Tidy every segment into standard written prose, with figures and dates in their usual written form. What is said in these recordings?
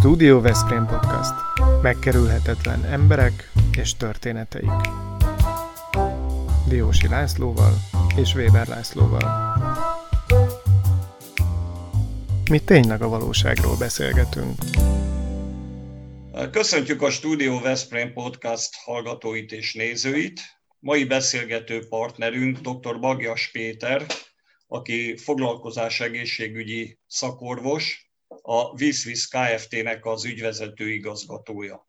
Studio Veszprém Podcast. Megkerülhetetlen emberek és történeteik. Diósi Lászlóval és Weber Lászlóval. Mi tényleg a valóságról beszélgetünk. Köszöntjük a Studio Veszprém Podcast hallgatóit és nézőit. Mai beszélgető partnerünk dr. Baglyas Péter, aki foglalkozásegészségügyi szakorvos, a VISZ Kft-nek az ügyvezető igazgatója.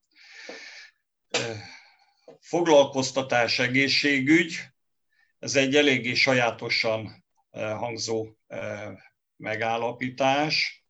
Foglalkoztatás egészségügy, ez egy eléggé sajátosan hangzó megállapítás.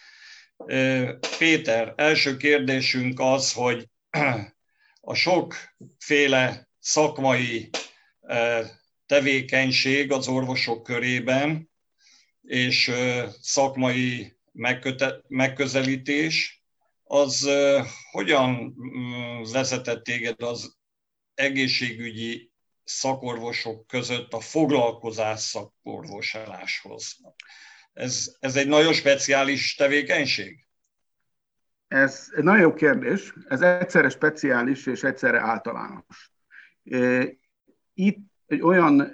Péter, első kérdésünk az, hogy a sokféle szakmai tevékenység az orvosok körében, és szakmai megközelítés, az hogyan vezetett téged az egészségügyi szakorvosok között a foglalkozás szakorvosláshoz? Ez egy nagyon speciális tevékenység? Ez egy nagyon jó kérdés. Ez egyszerre speciális és egyszerre általános. Itt egy olyan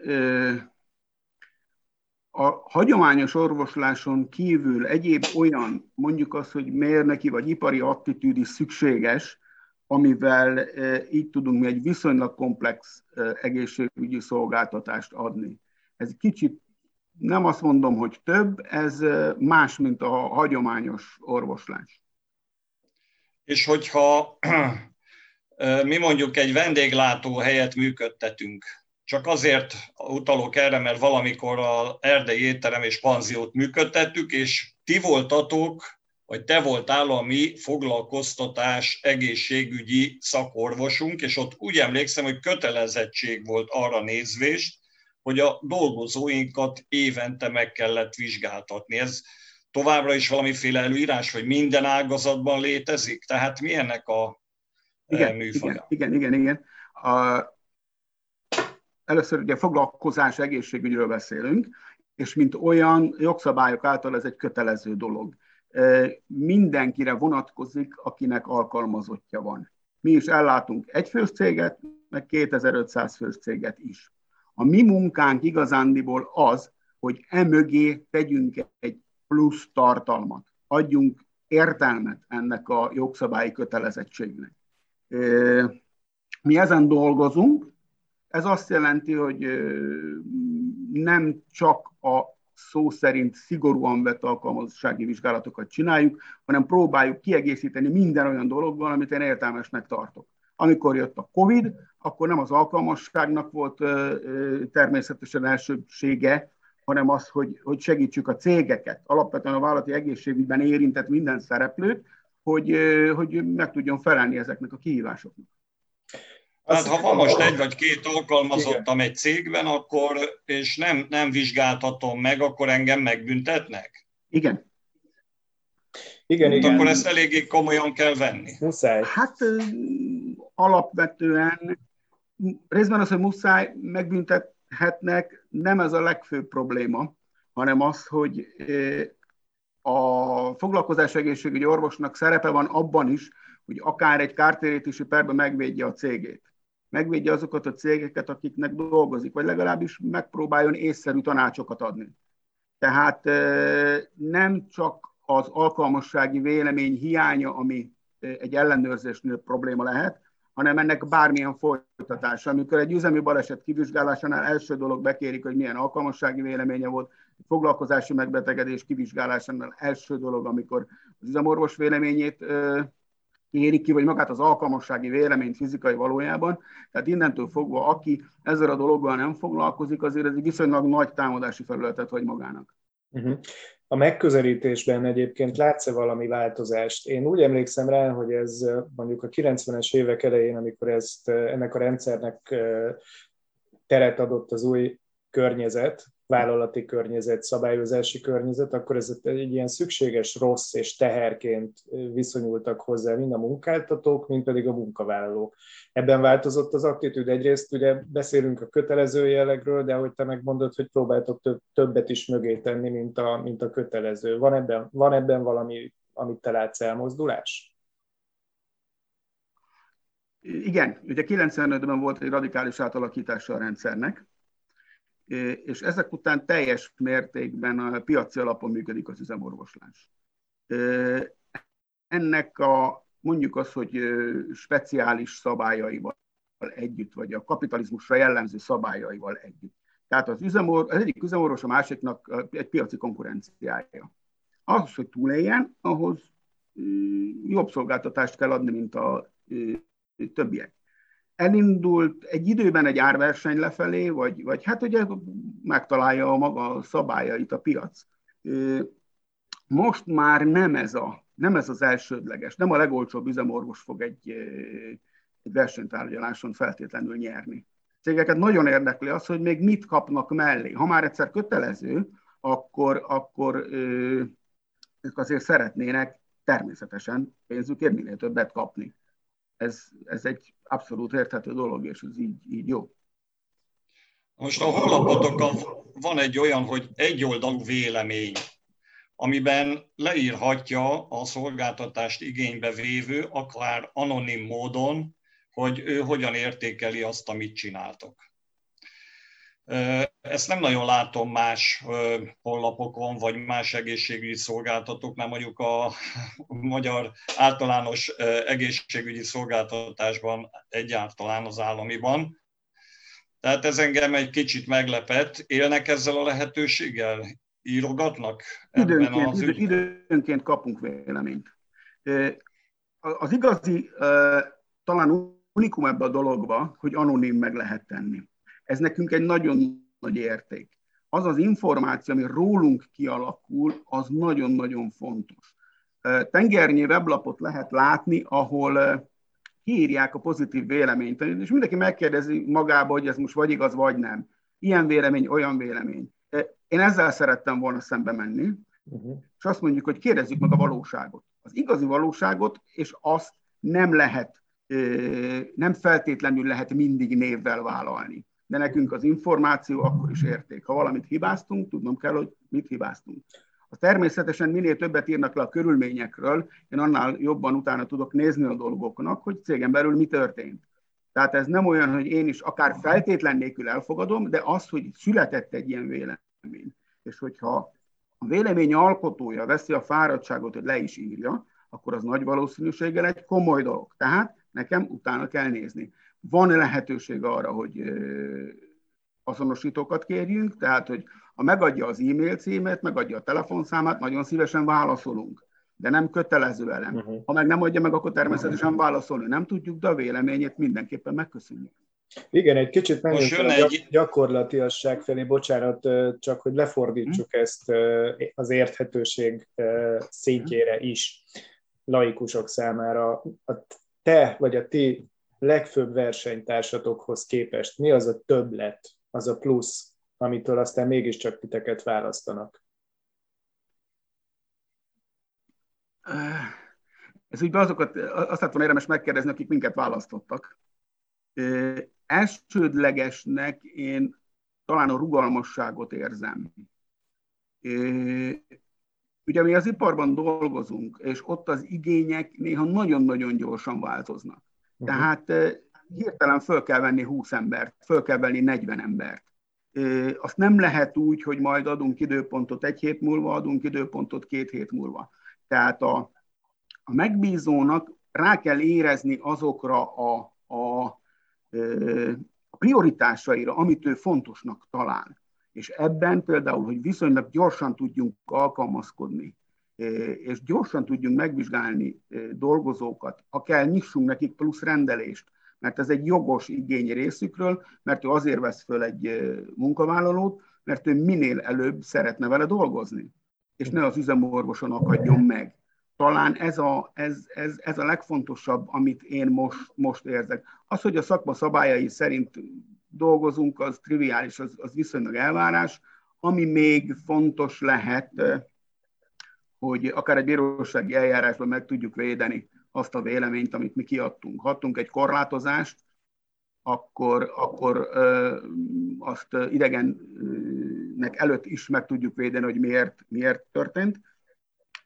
a hagyományos orvosláson kívül egyéb olyan, mondjuk azt, hogy mérnöki vagy ipari attitűd is szükséges, amivel így tudunk mi egy viszonylag komplex egészségügyi szolgáltatást adni. Ez kicsit, nem azt mondom, hogy több, ez más, mint a hagyományos orvoslás. És hogyha mi mondjuk egy vendéglátóhelyet működtetünk, csak azért utalok erre, mert valamikor az erdei étterem és panziót működtettük, és ti voltatok, vagy te voltál a mi foglalkoztatás egészségügyi szakorvosunk, és ott úgy emlékszem, hogy kötelezettség volt arra nézvést, hogy a dolgozóinkat évente meg kellett vizsgáltatni. Ez továbbra is valamiféle előírás, hogy minden ágazatban létezik? Tehát mi ennek a műfaja? Igen. Először ugye foglalkozás egészségügyről beszélünk, és mint olyan jogszabályok által ez egy kötelező dolog. Mindenkire vonatkozik, akinek alkalmazottja van. Mi is ellátunk egyfős céget, meg 2500 fős céget is. A mi munkánk igazándiból az, hogy emögé tegyünk egy plusz tartalmat, adjunk értelmet ennek a jogszabályi kötelezettségnek. Mi ezen dolgozunk. Ez azt jelenti, hogy nem csak a szó szerint szigorúan vett alkalmassági vizsgálatokat csináljuk, hanem próbáljuk kiegészíteni minden olyan dologgal, amit én értelmesnek tartok. Amikor jött a Covid, akkor nem az alkalmasságnak volt természetesen elsőbsége, hanem az, hogy segítsük a cégeket, alapvetően a vállalati egészségügyben érintett minden szereplőt, hogy meg tudjon felelni ezeknek a kihívásoknak. Tehát ha van most egy vagy két alkalmazottam egy cégben, akkor, és nem vizsgáltatom meg, akkor engem megbüntetnek? Igen. Akkor ezt eléggé komolyan kell venni. Muszáj. Hát alapvetően részben az, hogy muszáj, megbüntethetnek, nem ez a legfőbb probléma, hanem az, hogy a foglalkozás egészségügyi orvosnak szerepe van abban is, hogy akár egy kártérítési perben megvédje a cégét. Megvédje azokat a cégeket, akiknek dolgozik, vagy legalábbis megpróbáljon észszerű tanácsokat adni. Tehát nem csak az alkalmassági vélemény hiánya, ami egy ellenőrzésnél probléma lehet, hanem ennek bármilyen folytatása. Amikor egy üzemi baleset kivizsgálásánál első dolog bekérik, hogy milyen alkalmassági véleménye volt, egy foglalkozási megbetegedés kivizsgálásánál első dolog, amikor az üzemorvos véleményét érik ki, vagy magát az alkalmassági véleményt fizikai valójában. Tehát innentől fogva, aki ezzel a dologgal nem foglalkozik, azért ez egy viszonylag nagy támadási felületet hagy magának. A megközelítésben egyébként látsz-e valami változást? Én úgy emlékszem rá, hogy ez mondjuk a 90-es évek elején, amikor ennek a rendszernek teret adott az új környezet, vállalati környezet, szabályozási környezet, akkor ez egy ilyen szükséges rossz és teherként viszonyultak hozzá mind a munkáltatók, mind pedig a munkavállalók. Ebben változott az attitűd. Egyrészt ugye beszélünk a kötelező jellegről, de ahogy te megmondod, hogy próbáltok többet is mögé tenni, mint a kötelező. Van ebben valami amit te látsz, elmozdulás? Igen, ugye 95-ben volt egy radikális átalakítása a rendszernek, és ezek után teljes mértékben a piaci alapon működik az üzemorvoslás. Ennek mondjuk az, hogy speciális szabályaival együtt, vagy a kapitalizmusra jellemző szabályaival együtt. Tehát az egyik üzemorvos a másiknak egy piaci konkurenciája. Ahhoz, hogy túléljen, ahhoz jobb szolgáltatást kell adni, mint a többiek. Elindult egy időben egy árverseny lefelé, vagy hát ugye megtalálja a maga szabályait a piac. Most már nem ez az elsődleges, nem a legolcsóbb üzemorvos fog egy versenytárgyaláson feltétlenül nyerni. Cégeket nagyon érdekli az, hogy még mit kapnak mellé. Ha már egyszer kötelező, akkor ők azért szeretnének természetesen pénzükért minél többet kapni. Ez egy abszolút érthető dolog, és ez így jó. Most a honlapotokon van egy olyan, hogy egyoldalú vélemény, amiben leírhatja a szolgáltatást igénybe vévő, akár anonim módon, hogy ő hogyan értékeli azt, amit csináltok. Ezt nem nagyon látom más honlapokon, vagy más egészségügyi szolgáltatóknál, mondjuk a magyar általános egészségügyi szolgáltatásban, egyáltalán az államiban. Tehát ez engem egy kicsit meglepett. Élnek ezzel a lehetőséggel? Írogatnak? Időnként kapunk véleményt. Az igazi, talán unikum ebbe a dologba, hogy anonim meg lehet tenni. Ez nekünk egy nagyon nagy érték. Az az információ, ami rólunk kialakul, az nagyon-nagyon fontos. Tengernyi weblapot lehet látni, ahol kiírják a pozitív véleményt, és mindenki megkérdezi magába, hogy ez most vagy igaz, vagy nem. Ilyen vélemény, olyan vélemény. Én ezzel szerettem volna szembe menni, és azt mondjuk, hogy kérdezzük meg a valóságot. Az igazi valóságot, és azt nem feltétlenül lehet mindig névvel vállalni. De nekünk az információ akkor is érték. Ha valamit hibáztunk, tudnom kell, hogy mit hibáztunk. Természetesen minél többet írnak le a körülményekről, én annál jobban utána tudok nézni a dolgoknak, hogy cégen belül mi történt. Tehát ez nem olyan, hogy én is akár feltétlen nélkül elfogadom, de az, hogy született egy ilyen vélemény. És hogyha a vélemény alkotója veszi a fáradtságot, hogy le is írja, akkor az nagy valószínűséggel egy komoly dolog. Tehát nekem utána kell nézni. Van lehetőség arra, hogy azonosítókat kérjünk, tehát, hogy ha megadja az e-mail címet, megadja a telefonszámát, nagyon szívesen válaszolunk, de nem kötelező elem. Ha meg nem adja meg, akkor természetesen válaszolni nem tudjuk, de a véleményét mindenképpen megköszönjük. Igen, egy kicsit menjünk a gyakorlatiasság felé, bocsánat, csak hogy lefordítsuk ezt az érthetőség szintjére is laikusok számára. A te vagy a ti legfőbb versenytársatokhoz képest mi az a többlet, az a plusz, amitől aztán mégiscsak titeket választanak? Ez úgy azokat, azt látom érdemes megkérdezni, akik minket választottak. Elsődlegesnek én talán a rugalmasságot érzem. Ugye mi az iparban dolgozunk, és ott az igények néha nagyon-nagyon gyorsan változnak. Tehát hirtelen föl kell venni 20 embert, föl kell venni 40 embert. Azt nem lehet úgy, hogy majd adunk időpontot 1 hét múlva, adunk időpontot 2 hét múlva. Tehát a megbízónak rá kell érezni azokra a prioritásaira, amit ő fontosnak talál. És ebben például, hogy viszonylag gyorsan tudjunk alkalmazkodni, és gyorsan tudjunk megvizsgálni dolgozókat, ha kell, nyissunk nekik plusz rendelést, mert ez egy jogos igény részükről, mert ő azért vesz föl egy munkavállalót, mert ő minél előbb szeretne vele dolgozni, és ne az üzemorvoson akadjon meg. Talán ez a legfontosabb, amit én most érzek. Az, hogy a szakma szabályai szerint dolgozunk, az triviális, az viszonylag elvárás. Ami még fontos lehet, hogy akár egy bírósági eljárásban meg tudjuk védeni azt a véleményt, amit mi kiadtunk. Ha adtunk egy korlátozást, akkor azt idegennek előtt is meg tudjuk védeni, hogy miért történt.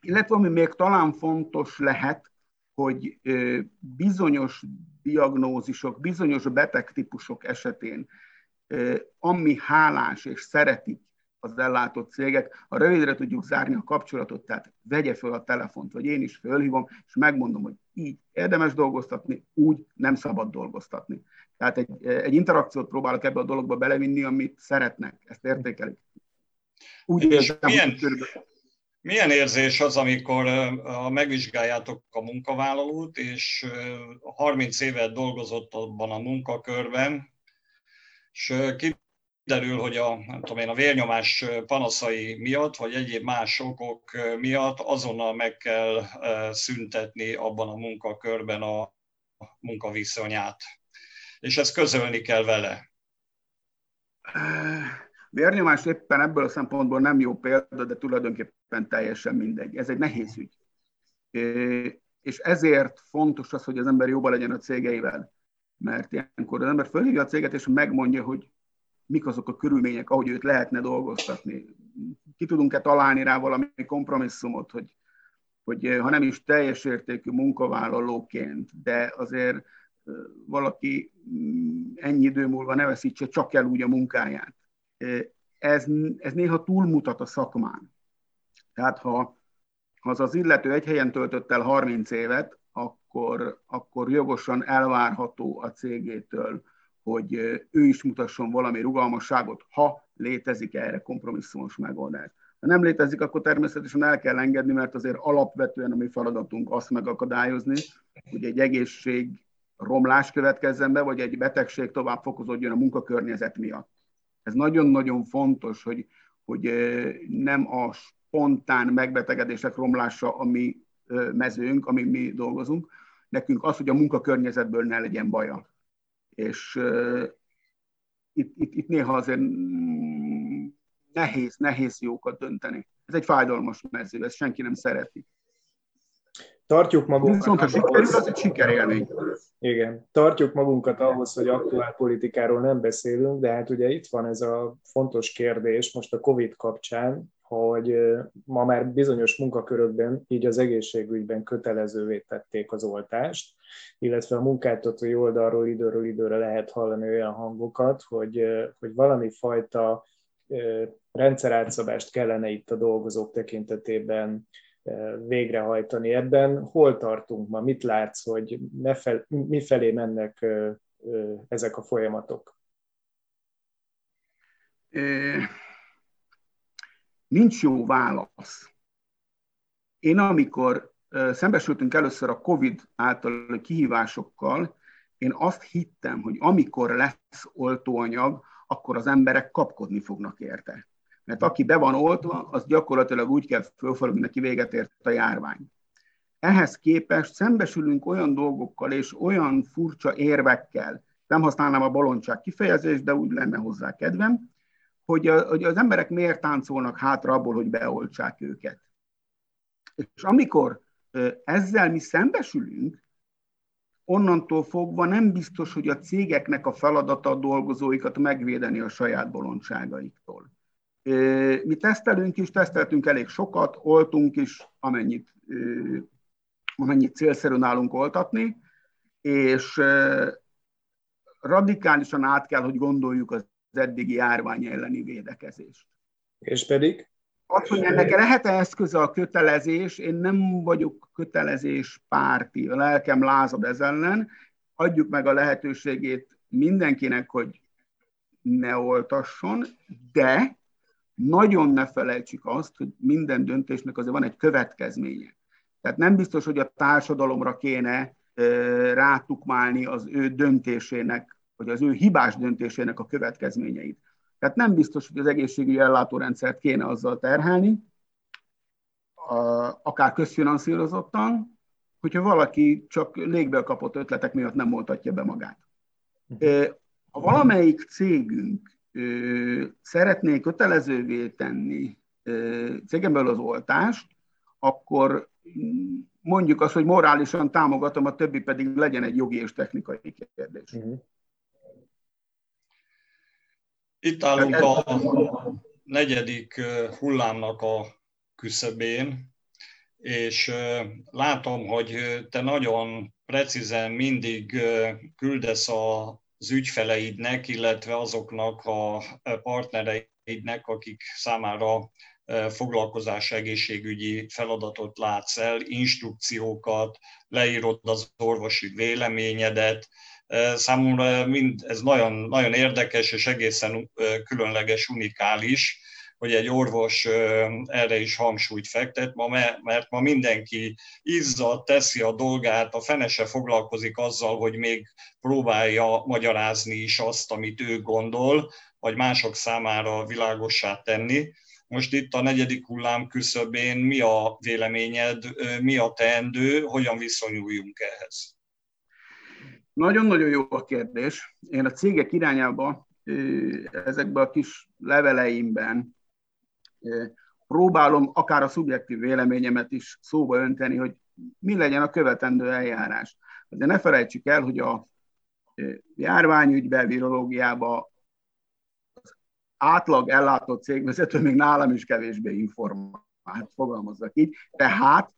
Illetve ami még talán fontos lehet, hogy bizonyos diagnózisok, bizonyos betegtípusok esetén, ami hálás és szeretik az ellátott cégek, ha rövidre tudjuk zárni a kapcsolatot, tehát vegye föl a telefont, vagy én is fölhívom, és megmondom, hogy így érdemes dolgoztatni, úgy nem szabad dolgoztatni. Tehát egy interakciót próbálok ebbe a dologba belevinni, amit szeretnek, ezt értékelik. Úgy érzem, milyen érzés az, amikor megvizsgáljátok a munkavállalót, és 30 évet dolgozott abban a munkakörben, és kiderül, hogy a vérnyomás panaszai miatt, vagy egyéb más okok miatt azonnal meg kell szüntetni abban a munkakörben a munkaviszonyát. És ezt közölni kell vele. Vérnyomás éppen ebből a szempontból nem jó példa, de tulajdonképpen teljesen mindegy. Ez egy nehéz ügy. És ezért fontos az, hogy az ember jóba legyen a cégeivel. Mert ilyenkor az ember fölhívja a céget, és megmondja, hogy mik azok a körülmények, ahogy őt lehetne dolgoztatni. Ki tudunk-e találni rá valami kompromisszumot, hogy ha nem is teljes értékű munkavállalóként, de azért valaki ennyi idő múlva ne veszítse csak el úgy a munkáját. Ez néha túlmutat a szakmán. Tehát ha az illető egy helyen töltött el 30 évet, akkor jogosan elvárható a cégétől, hogy ő is mutasson valami rugalmasságot, ha létezik erre kompromisszumos megoldás. Ha nem létezik, akkor természetesen el kell engedni, mert azért alapvetően a mi feladatunk azt megakadályozni, hogy egy egészség romlás következzen be, vagy egy betegség tovább fokozódjon a munkakörnyezet miatt. Ez nagyon-nagyon fontos, hogy nem a spontán megbetegedések romlása a mi mezőnk, amin mi dolgozunk. Nekünk az, hogy a munkakörnyezetből ne legyen baja. És itt néha azért nehéz jókat dönteni. Ez egy fájdalmas mező, ezt senki nem szereti. Tartjuk magunkat. Viszont ha sikerül, az egy sikerélmény. Igen, tartjuk magunkat ahhoz, hogy aktuál politikáról nem beszélünk, de hát ugye itt van ez a fontos kérdés most a Covid kapcsán, hogy ma már bizonyos munkakörökben, így az egészségügyben kötelezővé tették az oltást, illetve a munkáltatói oldalról időről időre lehet hallani olyan hangokat, hogy valami fajta rendszerátszabást kellene itt a dolgozók tekintetében végrehajtani ebben. Hol tartunk ma? Mit látsz, hogy mifelé mennek ezek a folyamatok? Nincs jó válasz. Én amikor szembesültünk először a Covid által kihívásokkal, én azt hittem, hogy amikor lesz oltóanyag, akkor az emberek kapkodni fognak érte. Mert aki be van oltva, az gyakorlatilag úgy kell fölfogni, neki véget ért a járvány. Ehhez képest szembesülünk olyan dolgokkal és olyan furcsa érvekkel, nem használnám a bolondság kifejezést, de úgy lenne hozzá kedvem, hogy az emberek miért táncolnak hátra abból, hogy beoltsák őket. És amikor ezzel mi szembesülünk, onnantól fogva nem biztos, hogy a cégeknek a feladata a dolgozóikat megvédeni a saját bolondságaiktól. Mi teszteltünk elég sokat, oltunk is, amennyit célszerű nálunk oltatni, és radikálisan át kell, hogy gondoljuk az eddigi járvány elleni védekezést. És pedig? Az, hogy ennek lehet-e eszköze a kötelezés, én nem vagyok kötelezés párti, a lelkem lázad ez ellen, adjuk meg a lehetőségét mindenkinek, hogy ne oltasson, de nagyon ne felejtsük azt, hogy minden döntésnek azért van egy következménye. Tehát nem biztos, hogy a társadalomra kéne rátukmálni az ő döntésének, vagy az ő hibás döntésének a következményeit. Tehát nem biztos, hogy az egészségügyi ellátórendszert kéne azzal terhelni, akár közfinanszírozottan, hogyha valaki csak légből kapott ötletek miatt nem oltatja be magát. Ha valamelyik cégünk szeretné kötelezővé tenni cégen belül az oltást, akkor mondjuk azt, hogy morálisan támogatom, a többi pedig legyen egy jogi és technikai kérdés. Itt állunk a negyedik hullámnak a küszöbén, és látom, hogy te nagyon precízen mindig küldesz az ügyfeleidnek, illetve azoknak a partnereidnek, akik számára foglalkozás egészségügyi feladatot látsz el, instrukciókat, leírod az orvosi véleményedet. Számomra ez nagyon, nagyon érdekes és egészen különleges, unikális, hogy egy orvos erre is hangsúlyt fektet, mert ma mindenki izzadt, teszi a dolgát, a fene se foglalkozik azzal, hogy még próbálja magyarázni is azt, amit ő gondol, vagy mások számára világossá tenni. Most itt a 4. hullám küszöbén mi a véleményed, mi a teendő, hogyan viszonyuljunk ehhez? Nagyon-nagyon jó a kérdés. Én a cégek irányába ezekben a kis leveleimben próbálom akár a szubjektív véleményemet is szóba önteni, hogy mi legyen a követendő eljárás. De ne felejtsük el, hogy a járványügyben, virológiában az átlag ellátott cégvezető még nálam is kevésbé informált, fogalmazzak így. Tehát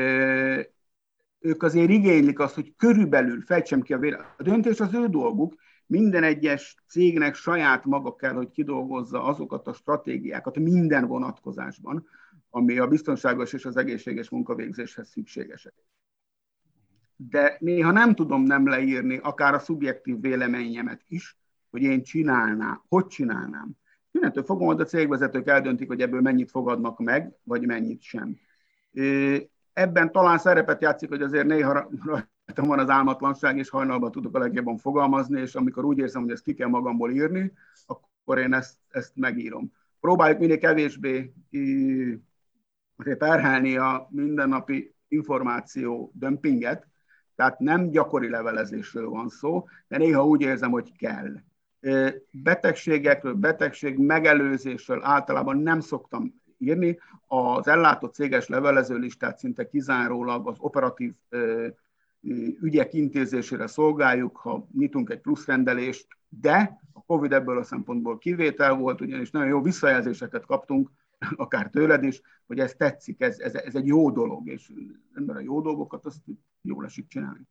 ők azért igénylik azt, hogy körülbelül fejtsem ki a véleményt. A döntés az ő dolguk, minden egyes cégnek saját maga kell, hogy kidolgozza azokat a stratégiákat minden vonatkozásban, ami a biztonságos és az egészséges munkavégzéshez szükségesek. De néha nem tudom nem leírni akár a szubjektív véleményemet is, hogy én csinálnám, hogy csinálnám. Innentől fogom, hogy a cégvezetők eldöntik, hogy ebből mennyit fogadnak meg, vagy mennyit sem. Ebben talán szerepet játszik, hogy azért néha rajtam van az álmatlanság, és hajnalban tudok a legjobban fogalmazni, és amikor úgy érzem, hogy ezt ki kell magamból írni, akkor én ezt megírom. Próbáljuk minél kevésbé terhelni a mindennapi információ dömpinget, tehát nem gyakori levelezésről van szó, de néha úgy érzem, hogy kell. Betegségekről, betegség megelőzésről általában nem szoktam írni. Az ellátott céges levelező listát szinte kizárólag az operatív ügyek intézésére szolgáljuk, ha nyitunk egy pluszrendelést, de a Covid ebből a szempontból kivétel volt, ugyanis nagyon jó visszajelzéseket kaptunk, akár tőled is, hogy ez tetszik, ez egy jó dolog, és ember a jó dolgokat azt jól esik csinálni.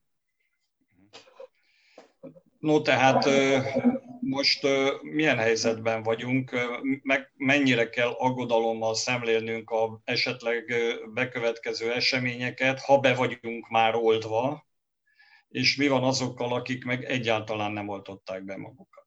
No, tehát most milyen helyzetben vagyunk, mennyire kell aggodalommal szemlélnünk a esetleg bekövetkező eseményeket, ha be vagyunk már oltva, és mi van azokkal, akik meg egyáltalán nem oltották be magukat?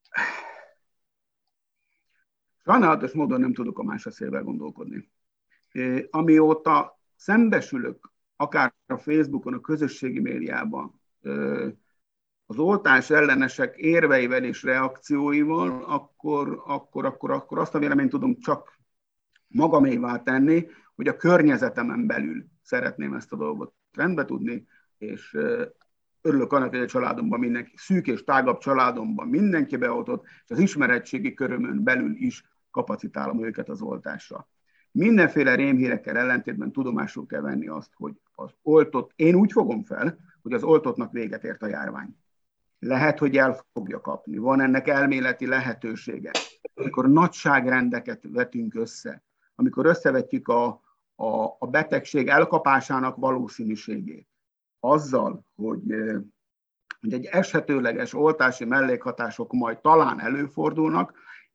Sajnálatos módon nem tudok a másodszélvel gondolkodni. Amióta szembesülök, akár a Facebookon, a közösségi médiában, az oltás ellenesek érveivel és reakcióival, akkor azt a véleményt tudom csak magamévá tenni, hogy a környezetemen belül szeretném ezt a dolgot rendbe tudni, és örülök annak, hogy a családomban mindenki, szűk és tágabb családomban mindenki beoltott, és az ismeretségi körömön belül is kapacitálom őket az oltásra. Mindenféle rémhírekkel ellentétben tudomásul kell venni azt, hogy az oltott, én úgy fogom fel, hogy az oltottnak véget ért a járvány. Lehet, hogy el fogja kapni. Van ennek elméleti lehetősége. Amikor nagyságrendeket vetünk össze, amikor összevetjük a betegség elkapásának valószínűségét, azzal, hogy egy esetőleges oltási mellékhatások majd talán előfordulnak,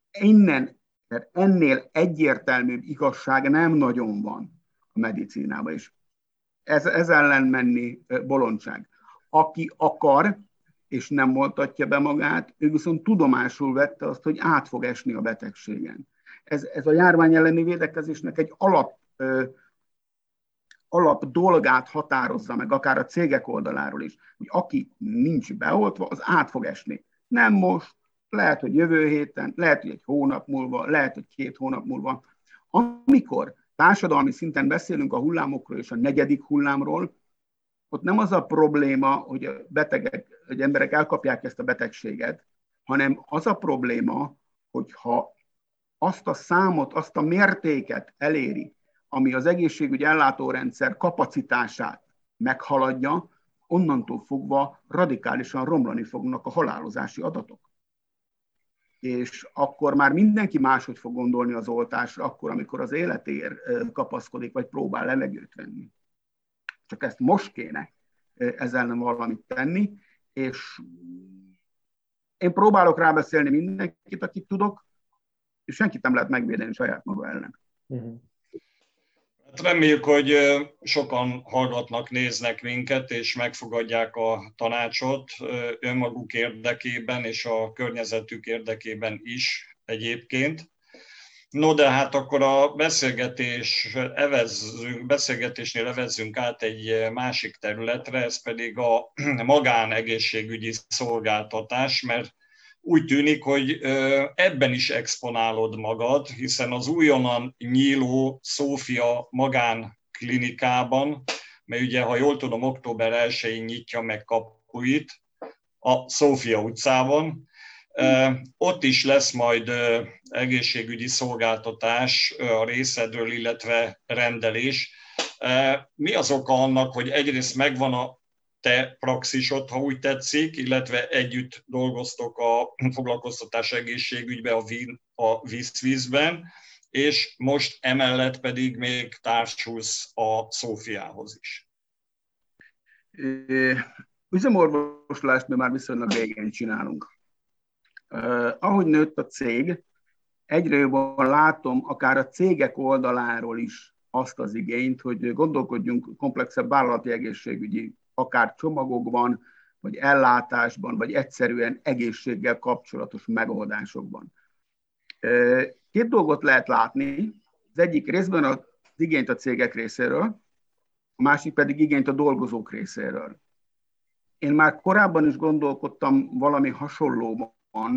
ennél egyértelműbb igazság nem nagyon van a medicinában is. Ez ellen menni bolondság. Aki akar, és nem oltatja be magát, ő viszont tudomásul vette azt, hogy át fog esni a betegségen. Ez a járvány elleni védekezésnek egy alap dolgát határozza meg, akár a cégek oldaláról is, hogy aki nincs beoltva, az át fog esni. Nem most, lehet, hogy jövő héten, lehet, hogy egy hónap múlva, lehet, hogy 2 hónap múlva. Amikor társadalmi szinten beszélünk a hullámokról és a 4. hullámról, ott nem az a probléma, hogy a betegek, hogy emberek elkapják ezt a betegséget, hanem az a probléma, hogyha azt a számot, azt a mértéket eléri, ami az egészségügyi ellátórendszer kapacitását meghaladja, onnantól fogva radikálisan romlani fognak a halálozási adatok. És akkor már mindenki máshogy fog gondolni az oltásra, akkor, amikor az életéért kapaszkodik, vagy próbál levegőt venni. csak ezt most kéne ezzel nem valamit tenni, és én próbálok rábeszélni mindenkit, akit tudok, és senkit nem lehet megvédeni saját maga ellen. Reméljük, hogy sokan hallgatnak, néznek minket, és megfogadják a tanácsot önmaguk érdekében, és a környezetük érdekében is egyébként. No, de hát akkor a beszélgetésnél evezzünk át egy másik területre, ez pedig a magánegészségügyi szolgáltatás, mert úgy tűnik, hogy ebben is exponálod magad, hiszen az újonnan nyíló Szófia magánklinikában, mert ugye, ha jól tudom, október 1-én nyitja meg kapuit a Szófia utcában, ott is lesz majd egészségügyi szolgáltatás a részedről, illetve rendelés. Mi az oka annak, hogy egyrészt megvan a te praxisod, ha úgy tetszik, illetve együtt dolgoztok a foglalkoztatás egészségügyben, a vízben, és most emellett pedig még társulsz a Szófiához is. Üzemorvoslást mi már viszonylag régen csinálunk. Ahogy nőtt a cég, egyre jobban látom akár a cégek oldaláról is azt az igényt, hogy gondolkodjunk komplexebb vállalati egészségügyi, akár csomagokban, vagy ellátásban, vagy egyszerűen egészséggel kapcsolatos megoldásokban. Két dolgot lehet látni. Az egyik részben az igényt a cégek részéről, a másik pedig igényt a dolgozók részéről. Én már korábban is gondolkodtam valami hasonlóban,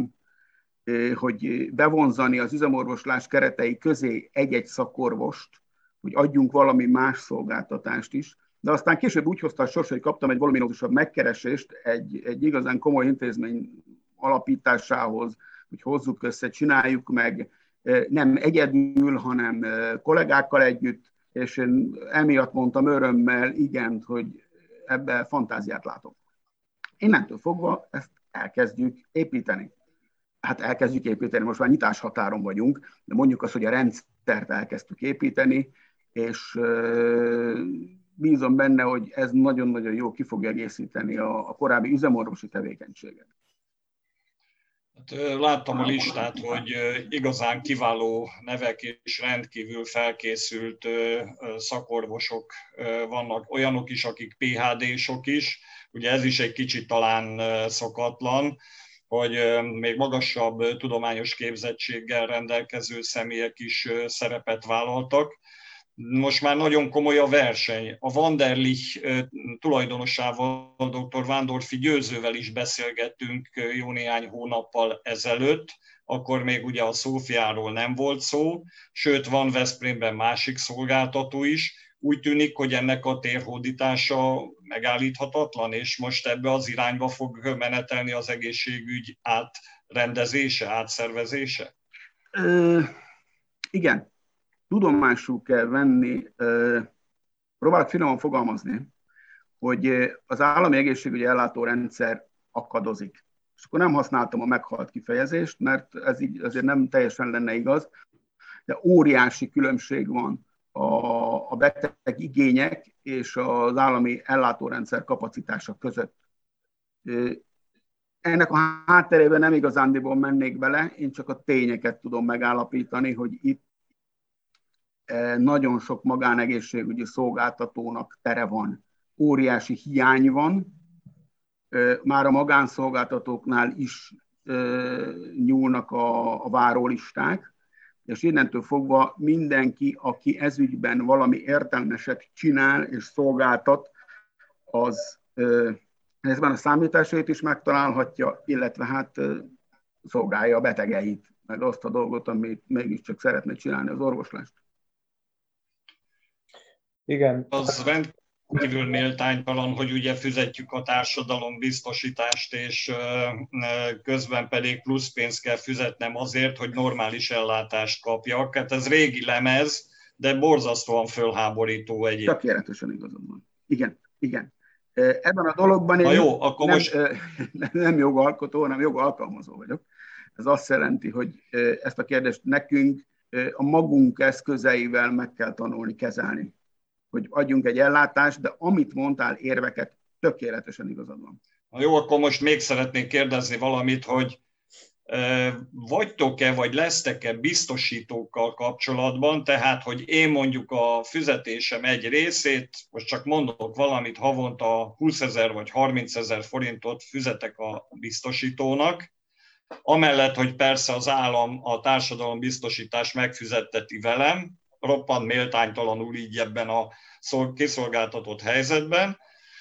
hogy bevonzani az üzemorvoslás keretei közé egy-egy szakorvost, hogy adjunk valami más szolgáltatást is, de aztán később úgy hozta a sors, hogy kaptam egy voluminózusabb megkeresést egy igazán komoly intézmény alapításához, hogy hozzuk össze, csináljuk meg, nem egyedül, hanem kollégákkal együtt, és én emiatt mondtam örömmel igent, hogy ebben fantáziát látok. Innentől fogva ezt elkezdjük építeni. Hát elkezdjük építeni, most már nyitáshatáron vagyunk, de mondjuk azt, hogy a rendszert elkezdtük építeni, és bízom benne, hogy ez nagyon-nagyon jó ki fogja egészíteni a korábbi üzemorvosi tevékenységet. Láttam a listát, hogy igazán kiváló nevek és rendkívül felkészült szakorvosok vannak, olyanok is, akik PhD-sok is. Ugye ez is egy kicsit talán szokatlan, hogy még magasabb tudományos képzettséggel rendelkező személyek is szerepet vállaltak. Most már nagyon komoly a verseny. A Vanderlich tulajdonosával, dr. Vándorfi Győzővel is beszélgettünk jó néhány hónappal ezelőtt, akkor még ugye a Szófiáról nem volt szó, sőt van Veszprémben másik szolgáltató is. Úgy tűnik, hogy ennek a térhódítása megállíthatatlan, és most ebbe az irányba fog menetelni az egészségügy átrendezése, átszervezése? Igen. Tudomásul kell venni, próbálok finoman fogalmazni, hogy az állami egészségügyi ellátórendszer akadozik. És akkor nem használtam a meghalt kifejezést, mert ez így azért nem teljesen lenne igaz, de óriási különbség van a beteg igények és az állami ellátórendszer kapacitása között. Ennek a hátterében nem igazándiból mennék bele, én csak a tényeket tudom megállapítani, hogy itt nagyon sok magánegészségügyi szolgáltatónak tere van. Óriási hiány van, már a magánszolgáltatóknál is nyúlnak a várólisták, és innentől fogva mindenki, aki ezügyben valami értelmeset csinál és szolgáltat, az ezben a számításait is megtalálhatja, illetve hát szolgálja a betegeit, meg azt a dolgot, amit mégiscsak szeretne csinálni, az orvoslást. Igen. Az rendkívül méltánytalan, hogy ugye fizetjük a társadalombiztosítást, és közben pedig plusz pénzt kell fizetnem azért, hogy normális ellátást kapjak. Hát ez régi lemez, de borzasztóan fölháborító egyébként. Tökéletesen igazad van. Igen, igen. Ebben a dologban én jó, akkor nem jogalkotó, hanem jogalkalmazó vagyok. Ez azt jelenti, hogy ezt a kérdést nekünk a magunk eszközeivel meg kell tanulni kezelni. hogy adjunk egy ellátást, de amit mondtál, érveket, tökéletesen igazad van. Na jó, akkor most még szeretnék kérdezni valamit, hogy vagytok-e, vagy lesztek-e biztosítókkal kapcsolatban, tehát, hogy én mondjuk a fizetésem egy részét, most csak mondok valamit, havonta 20 000 vagy 30 000 forintot fizetek a biztosítónak, amellett, hogy persze az állam a társadalombiztosítást megfizetteti velem, roppant méltánytalanul így ebben a kiszolgáltatott helyzetben,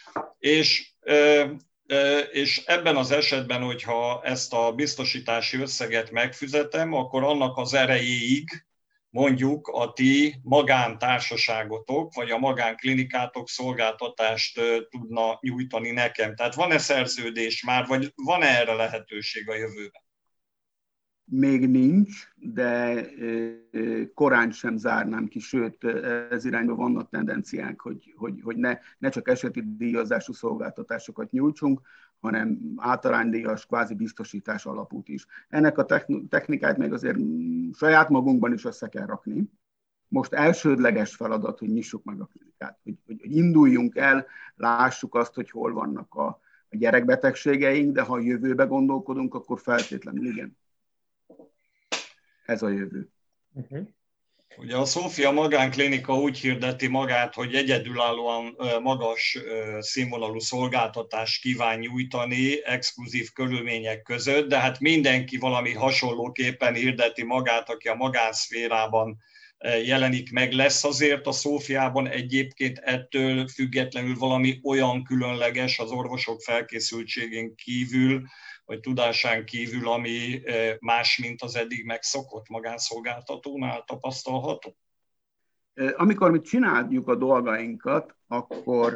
és ebben az esetben, hogyha ezt a biztosítási összeget megfizetem, akkor annak az erejéig mondjuk a ti magántársaságotok, vagy a magánklinikátok szolgáltatást tudna nyújtani nekem. Tehát van-e szerződés már, vagy van-e erre lehetőség a jövőben? Még nincs, de korán sem zárnám ki, sőt, ez irányban vannak tendenciák, hogy ne csak eseti díjazású szolgáltatásokat nyújtsunk, hanem általánydíjas, kvázi biztosítás alapút is. Ennek a technikát még azért saját magunkban is össze kell rakni. Most elsődleges feladat, hogy nyissuk meg a klinikát, hogy induljunk el, lássuk azt, hogy hol vannak a gyerekbetegségeink, de ha a jövőbe gondolkodunk, akkor feltétlenül igen. Ez a jövő. Ugye a Szófia Magánklinika úgy hirdeti magát, hogy egyedülállóan magas színvonalú szolgáltatást kíván nyújtani exkluzív körülmények között, de hát mindenki valami hasonlóképpen hirdeti magát, aki a magánszférában jelenik meg. Lesz azért a Szófiában egyébként ettől függetlenül valami olyan különleges az orvosok felkészültségén kívül, vagy tudásán kívül, ami más, mint az eddig megszokott magánszolgáltatónál tapasztalható? Amikor mi csináljuk a dolgainkat, akkor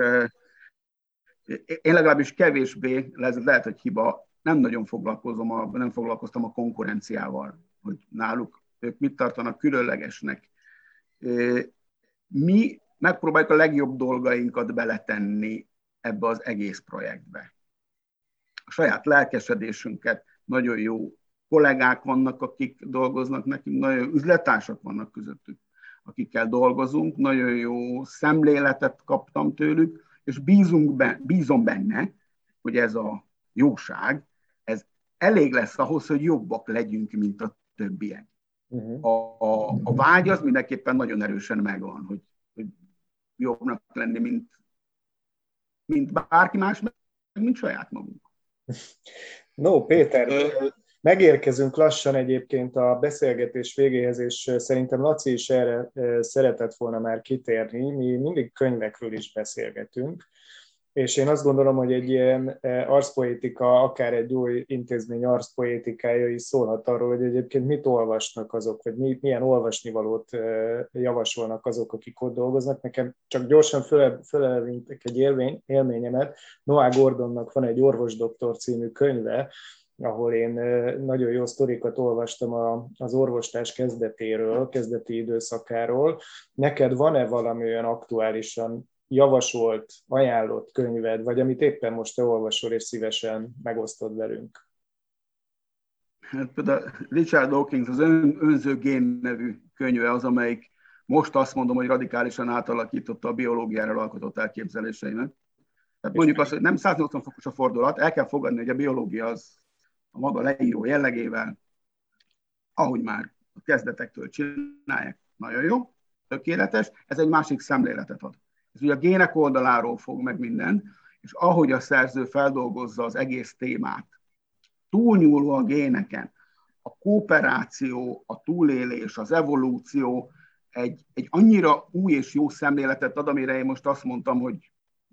én legalábbis kevésbé, lehet, hogy hiba, nem nagyon foglalkoztam a konkurenciával, hogy náluk ők mit tartanak különlegesnek. Mi megpróbáljuk a legjobb dolgainkat beletenni ebbe az egész projektbe. A saját lelkesedésünket, nagyon jó kollégák vannak, akik dolgoznak nekünk, nagyon jó üzlettársak vannak közöttük, akikkel dolgozunk, nagyon jó szemléletet kaptam tőlük, és bízom benne, hogy ez a jóság, ez elég lesz ahhoz, hogy jobbak legyünk, mint a többiek. A vágy az mindenképpen nagyon erősen megvan, hogy jobbnak lenni, mint bárki más, meg mint saját magunk. No, Péter, megérkezünk lassan egyébként a beszélgetés végéhez, és szerintem Laci is erre szeretett volna már kitérni. Mi mindig könyvekről is beszélgetünk, és én azt gondolom, hogy egy ilyen arszpoétika, akár egy új intézmény arszpoétikája is szólhat arról, hogy egyébként mit olvasnak azok, vagy milyen olvasnivalót javasolnak azok, akik ott dolgoznak. Nekem csak gyorsan fölelvintek egy élményemet. Noah Gordonnak van egy Orvosdoktor című könyve, ahol én nagyon jó sztorikat olvastam az orvoslás kezdeti időszakáról. Neked van-e valami olyan aktuálisan javasolt, ajánlott könyved, vagy amit éppen most te olvasol, és szívesen megosztod velünk? Hát például Richard Dawkins az Önző gén nevű könyve az, amelyik most azt mondom, hogy radikálisan átalakította a biológiáról alkotott elképzeléseimet. Tehát mondjuk azt, hogy nem 180 fokos a fordulat, el kell fogadni, hogy a biológia az a maga leíró jellegével, ahogy már a kezdetektől csinálják, nagyon jó, tökéletes, ez egy másik szemléletet ad. Ez ugye a gének oldaláról fog meg minden, és ahogy a szerző feldolgozza az egész témát, túlnyúló a géneken, a kooperáció, a túlélés, az evolúció egy annyira új és jó szemléletet ad, amire én most azt mondtam, hogy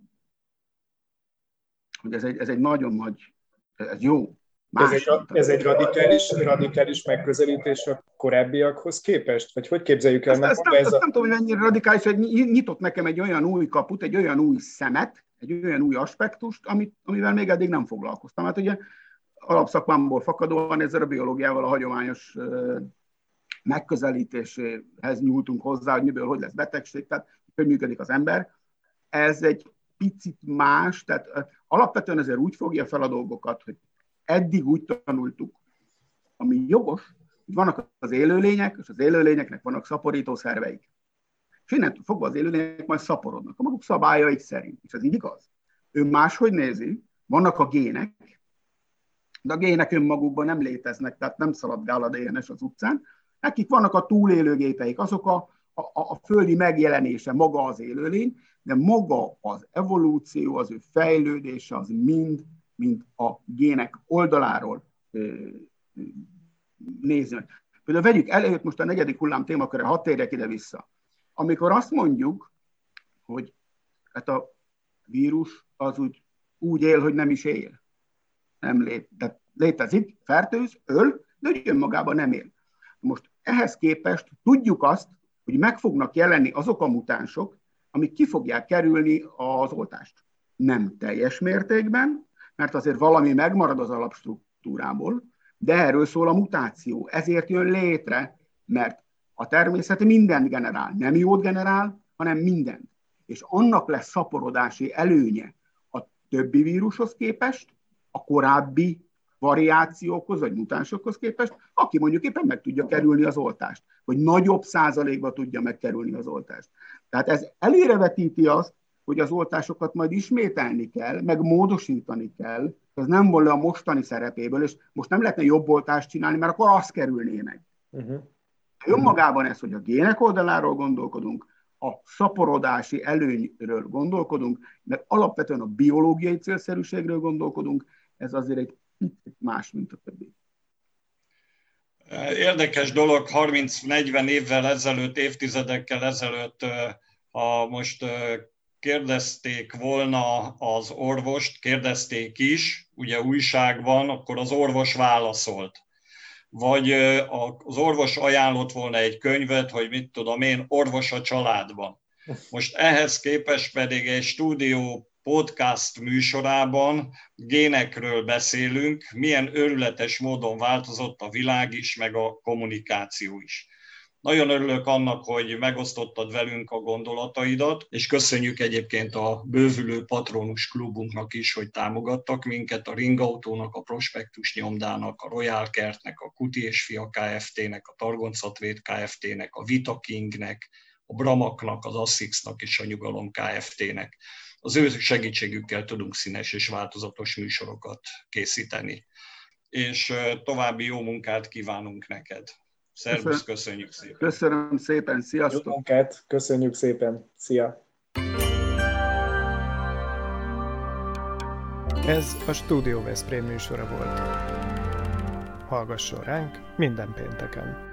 ez egy nagyon nagy, ez jó. Ez egy radikális megközelítés a korábbiakhoz képest? Vagy hogy képzeljük el? Ezt nem tudom, hogy mennyire radikális, hogy nyitott nekem egy olyan új kaput, egy olyan új szemet, egy olyan új aspektust, amivel még eddig nem foglalkoztam. Hát ugye alapszakmámból fakadóan ezzel a biológiával a hagyományos megközelítéséhez nyúltunk hozzá, hogy miből hogy lesz betegség, tehát hogy működik az ember. Ez egy picit más, tehát alapvetően ezért úgy fogja fel a dolgokat, hogy eddig úgy tanultuk, ami jogos, hogy vannak az élőlények, és az élőlényeknek vannak szaporító szerveik. és innentől fogva az élőlények majd szaporodnak a maguk szabályaik szerint. És ez így igaz. Ő máshogy nézi, vannak a gének, de a gének önmagukban nem léteznek, tehát nem szaladgál a DNS az utcán. Nekik vannak a túlélő gépeik, azok a földi megjelenése, maga az élőlény, de maga az evolúció, az ő fejlődése, az mind a gének oldaláról nézni. Például vegyük előtt most a 4. hullám témakörre, hadd térjek ide-vissza. Amikor azt mondjuk, hogy hát a vírus az úgy él, hogy nem is él. De létezik, fertőz, öl, de úgy önmagában nem él. Most ehhez képest tudjuk azt, hogy meg fognak jelenni azok a mutánsok, amik ki fogják kerülni az oltást. Nem teljes mértékben, mert azért valami megmarad az alapstruktúrából, de erről szól a mutáció. Ezért jön létre, mert a természet mindent generál. Nem jót generál, hanem mindent. És annak lesz szaporodási előnye a többi vírushoz képest, a korábbi variációkhoz, vagy mutánsokhoz képest, aki mondjuk éppen meg tudja kerülni az oltást, vagy nagyobb százalékban tudja megkerülni az oltást. Tehát ez előrevetíti azt, hogy az oltásokat majd ismételni kell, meg módosítani kell, ez nem volna a mostani szerepéből, és most nem lehetne jobb oltást csinálni, mert akkor azt kerülné meg. Önmagában ez, hogy a gének oldaláról gondolkodunk, a szaporodási előnyről gondolkodunk, mert alapvetően a biológiai célszerűségről gondolkodunk, ez azért egy picit más, mint a többi. Érdekes dolog, 30-40 évvel ezelőtt, évtizedekkel ezelőtt, ha most kérdezték volna az orvost, kérdezték is, ugye újságban, akkor az orvos válaszolt. Vagy az orvos ajánlott volna egy könyvet, hogy mit tudom én, orvos a családban. Most ehhez képest pedig egy stúdió podcast műsorában génekről beszélünk, milyen őrületes módon változott a világ is, meg a kommunikáció is. Nagyon örülök annak, hogy megosztottad velünk a gondolataidat, és köszönjük egyébként a bővülő patronus klubunknak is, hogy támogattak minket, a Ringautónak, a Prospektus Nyomdának, a Royal Kertnek, a Kuti és Fia Kft-nek, a Targoncatvéd Kft-nek, a Vita Kingnek, a Bramaknak, az Assixnak és a Nyugalom Kft-nek. Az ő segítségükkel tudunk színes és változatos műsorokat készíteni. És további jó munkát kívánunk neked. Szervusz, köszönjük szépen. Köszönöm szépen, sziasztok. Jó munkát, köszönjük szépen, szia. Ez a Stúdió Veszprém műsora volt. Hallgasson ránk minden pénteken.